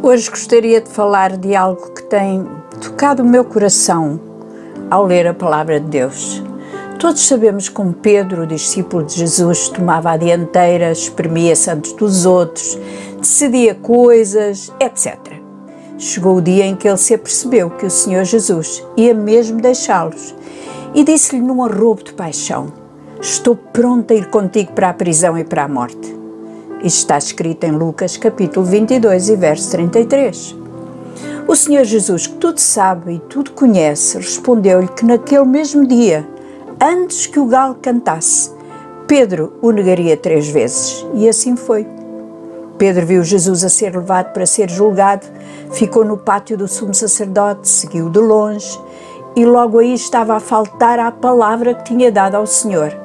Hoje gostaria de falar de algo que tem tocado o meu coração ao ler a Palavra de Deus. Todos sabemos como Pedro, o discípulo de Jesus, tomava a dianteira, espremia-se antes dos outros, decidia coisas, etc. Chegou o dia em que ele se apercebeu que o Senhor Jesus ia mesmo deixá-los e disse-lhe num arrobo de paixão: "Estou pronto a ir contigo para a prisão e para a morte." Isto está escrito em Lucas capítulo 22 e verso 33. O Senhor Jesus, que tudo sabe e tudo conhece, respondeu-lhe que naquele mesmo dia, antes que o galo cantasse, Pedro o negaria 3 vezes. E assim foi. Pedro viu Jesus a ser levado para ser julgado, ficou no pátio do sumo sacerdote, seguiu de longe e logo aí estava a faltar à palavra que tinha dado ao Senhor.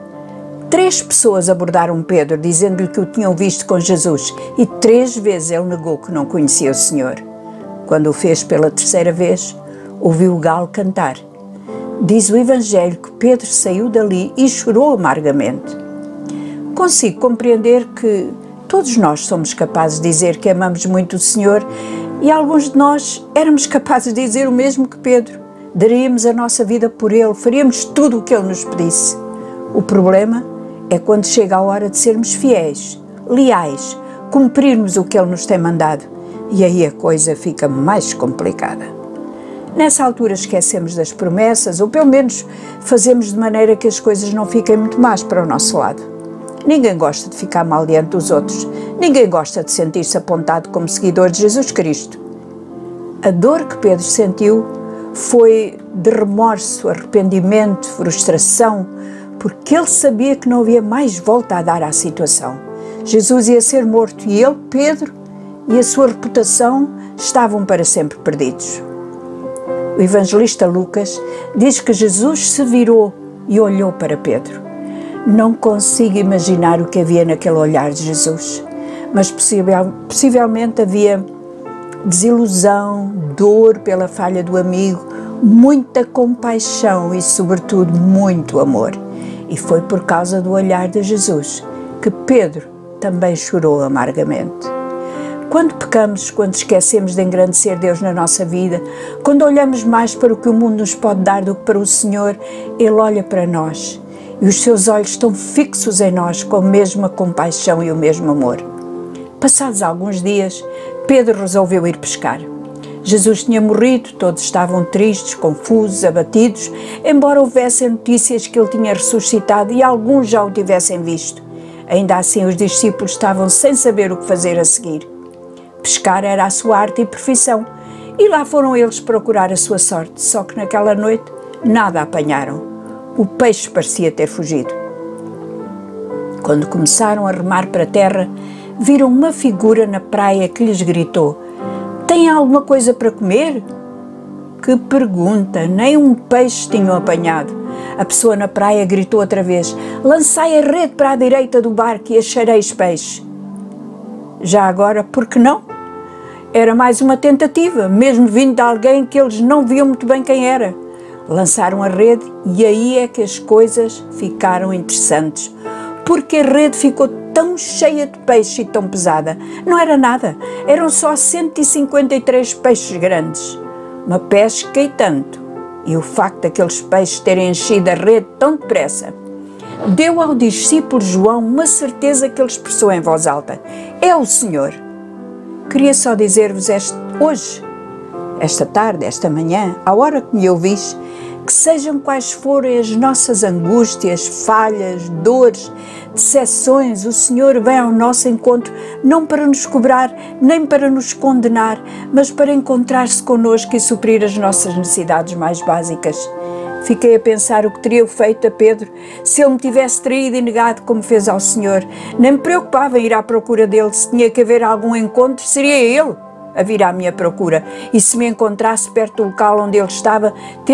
3 pessoas abordaram Pedro, dizendo-lhe que o tinham visto com Jesus, e 3 vezes ele negou que não conhecia o Senhor. Quando o fez pela 3ª vez, ouviu o galo cantar. Diz o Evangelho que Pedro saiu dali e chorou amargamente. Consigo compreender que todos nós somos capazes de dizer que amamos muito o Senhor, e alguns de nós éramos capazes de dizer o mesmo que Pedro. Daríamos a nossa vida por Ele, faríamos tudo o que Ele nos pedisse. O problema é quando chega a hora de sermos fiéis, leais, cumprirmos o que Ele nos tem mandado, e aí a coisa fica mais complicada. Nessa altura esquecemos das promessas, ou pelo menos fazemos de maneira que as coisas não fiquem muito más para o nosso lado. Ninguém gosta de ficar mal diante dos outros, ninguém gosta de sentir-se apontado como seguidor de Jesus Cristo. A dor que Pedro sentiu foi de remorso, arrependimento, frustração, porque ele sabia que não havia mais volta a dar à situação. Jesus ia ser morto e ele, Pedro, e a sua reputação estavam para sempre perdidos. O evangelista Lucas diz que Jesus se virou e olhou para Pedro. Não consigo imaginar o que havia naquele olhar de Jesus, mas possivelmente havia desilusão, dor pela falha do amigo, muita compaixão e, sobretudo, muito amor. E foi por causa do olhar de Jesus que Pedro também chorou amargamente. Quando pecamos, quando esquecemos de engrandecer Deus na nossa vida, quando olhamos mais para o que o mundo nos pode dar do que para o Senhor, Ele olha para nós e os seus olhos estão fixos em nós com a mesma compaixão e o mesmo amor. Passados alguns dias, Pedro resolveu ir pescar. Jesus tinha morrido, todos estavam tristes, confusos, abatidos, embora houvessem notícias que ele tinha ressuscitado e alguns já o tivessem visto. Ainda assim, os discípulos estavam sem saber o que fazer a seguir. Pescar era a sua arte e profissão, e lá foram eles procurar a sua sorte, só que naquela noite nada apanharam. O peixe parecia ter fugido. Quando começaram a remar para a terra, viram uma figura na praia que lhes gritou: "Tem alguma coisa para comer?" Que pergunta! Nem um peixe tinham apanhado. A pessoa na praia gritou outra vez: "Lançai a rede para a direita do barco e achareis peixe." Já agora, por que não? Era mais uma tentativa, mesmo vindo de alguém que eles não viam muito bem quem era. Lançaram a rede e aí é que as coisas ficaram interessantes, porque a rede ficou tão cheia de peixe e tão pesada. Não era nada, eram só 153 peixes grandes. Uma pesca e tanto. E o facto daqueles peixes terem enchido a rede tão depressa deu ao discípulo João uma certeza que ele expressou em voz alta: "É o Senhor." Queria só dizer-vos hoje, esta tarde, esta manhã, à hora que me ouvis, que sejam quais forem as nossas angústias, falhas, dores, decepções, o Senhor vem ao nosso encontro não para nos cobrar, nem para nos condenar, mas para encontrar-se connosco e suprir as nossas necessidades mais básicas. Fiquei a pensar o que teria feito a Pedro se ele me tivesse traído e negado como fez ao Senhor. Nem me preocupava em ir à procura dele. Se tinha que haver algum encontro, seria ele a vir à minha procura. E se me encontrasse perto do local onde ele estava,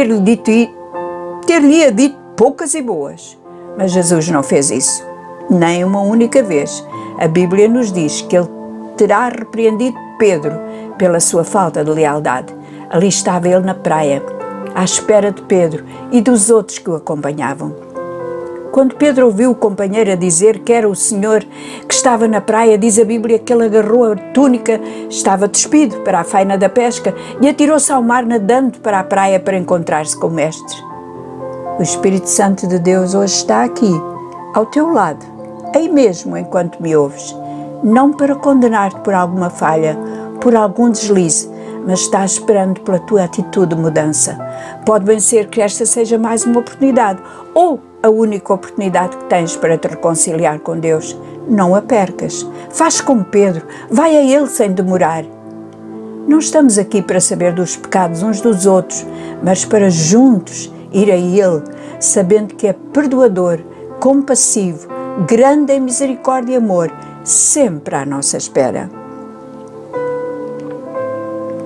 ter-lhe dito poucas e boas. Mas Jesus não fez isso. Nem uma única vez. A Bíblia nos diz que ele terá repreendido Pedro pela sua falta de lealdade. Ali estava ele na praia, à espera de Pedro e dos outros que o acompanhavam. Quando Pedro ouviu o companheiro a dizer que era o Senhor que estava na praia, diz a Bíblia que ele agarrou a túnica, estava despido para a faina da pesca e atirou-se ao mar nadando para a praia para encontrar-se com o Mestre. O Espírito Santo de Deus hoje está aqui, ao teu lado, aí mesmo enquanto me ouves, não para condenar-te por alguma falha, por algum deslize, mas está esperando pela tua atitude de mudança. Pode bem ser que esta seja mais uma oportunidade, ou a única oportunidade que tens para te reconciliar com Deus. Não a percas. Faz como Pedro, vai a Ele sem demorar. Não estamos aqui para saber dos pecados uns dos outros, mas para juntos ir a Ele, sabendo que é perdoador, compassivo, grande em misericórdia e amor, sempre à nossa espera.